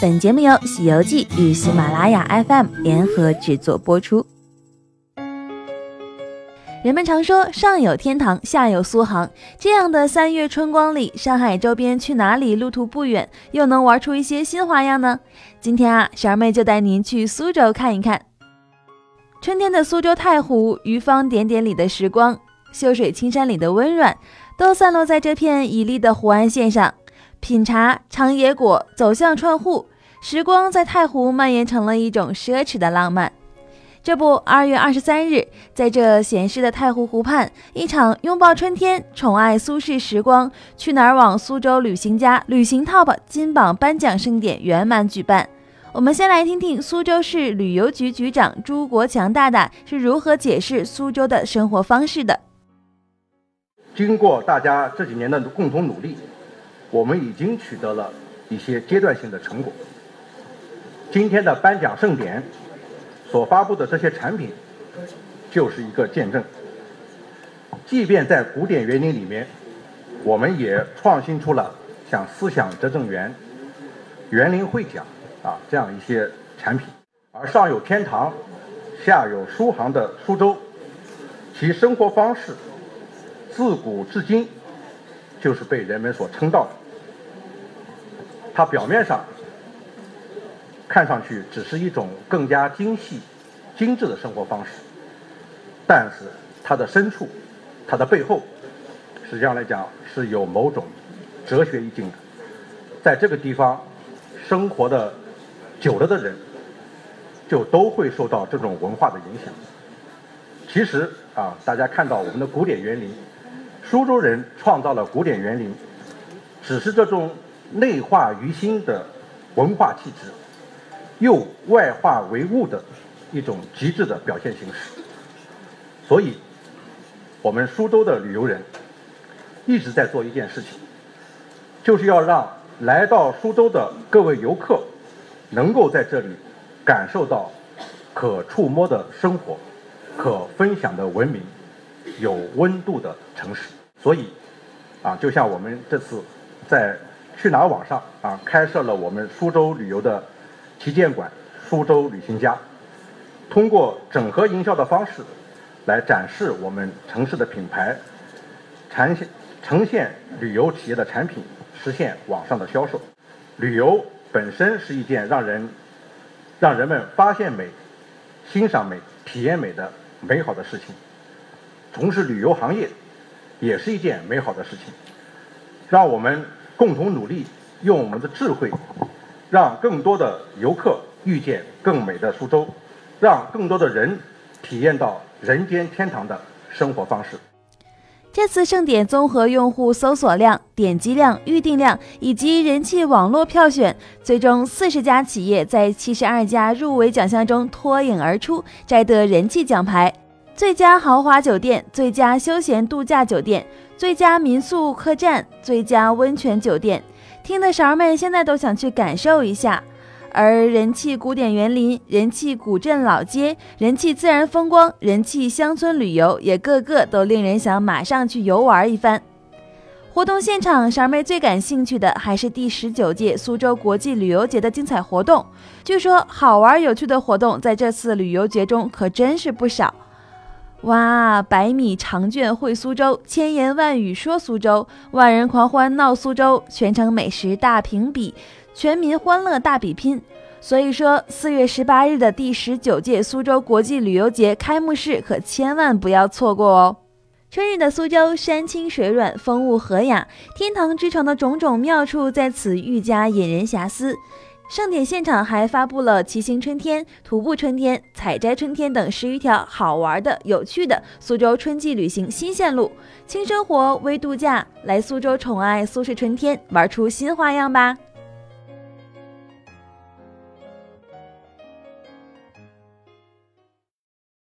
本节目由《西游记》与喜马拉雅 FM 联合制作播出。人们常说上有天堂，下有苏杭，这样的3月春光里，上海周边去哪里路途不远，又能玩出一些新花样呢？今天小妹就带您去苏州看一看。春天的苏州太湖，渔坊点点里的时光，秀水青山里的温软，都散落在这片绮丽的湖岸线上。品茶、尝野果、走向串户，时光在太湖蔓延成了一种奢侈的浪漫。这不，2月23日，在这闲适的太湖湖畔，一场拥抱春天、宠爱苏式时光，去哪儿往苏州旅行家旅行 TOP 金榜颁奖盛典圆满举办。我们先来听听苏州市旅游局局长朱国强大大是如何解释苏州的生活方式的。 经过大家这几年的共同努力，我们已经取得了一些阶段性的成果。今天的颁奖盛典所发布的这些产品就是一个见证。即便在古典园林里面，我们也创新出了像思想折正园、园林会讲这样一些产品。而上有天堂，下有苏杭的苏州，其生活方式自古至今就是被人们所称道的。它表面上看上去只是一种更加精细、精致的生活方式，但是它的深处、它的背后，实际上来讲是有某种哲学意境的。在这个地方生活的久了的人，就都会受到这种文化的影响。其实大家看到我们的古典园林，苏州人创造了古典园林，只是这种内化于心的文化气质又外化为物的一种极致的表现形式。所以我们苏州的旅游人一直在做一件事情，就是要让来到苏州的各位游客能够在这里感受到可触摸的生活、可分享的文明、有温度的城市。所以就像我们这次在去哪儿网上开设了我们苏州旅游的旗舰馆苏州旅行家，通过整合营销的方式来展示我们城市的品牌，呈现旅游企业的产品，实现网上的销售。旅游本身是一件让人们发现美、欣赏美、体验美的美好的事情。从事旅游行业也是一件美好的事情。让我们共同努力，用我们的智慧，让更多的游客遇见更美的苏州，让更多的人体验到人间天堂的生活方式。 这次盛典综合用户搜索量、点击量、预订量以及人气网络票选，最终40家企业在72家入围奖项中脱颖而出，摘得人气奖牌。最佳豪华酒店、最佳休闲度假酒店、最佳民宿客栈、最佳温泉酒店，听的勺们现在都想去感受一下。而人气古典园林、人气古镇老街、人气自然风光、人气乡村旅游，也个个都令人想马上去游玩一番。活动现场，勺妹最感兴趣的还是第19届苏州国际旅游节的精彩活动。据说好玩有趣的活动在这次旅游节中可真是不少。哇，100米长卷绘苏州，千言万语说苏州，万人狂欢闹苏州，全程美食大评比，全民欢乐大比拼。所以说4月18日的第19届苏州国际旅游节开幕式可千万不要错过哦。春日的苏州，山清水软，风物和雅，天堂之城的种种妙处在此愈加引人遐思。盛典现场还发布了骑行春天、徒步春天、采摘春天等10余条好玩的、有趣的苏州春季旅行新线路，轻生活微度假，来苏州宠爱苏式春天，玩出新花样吧。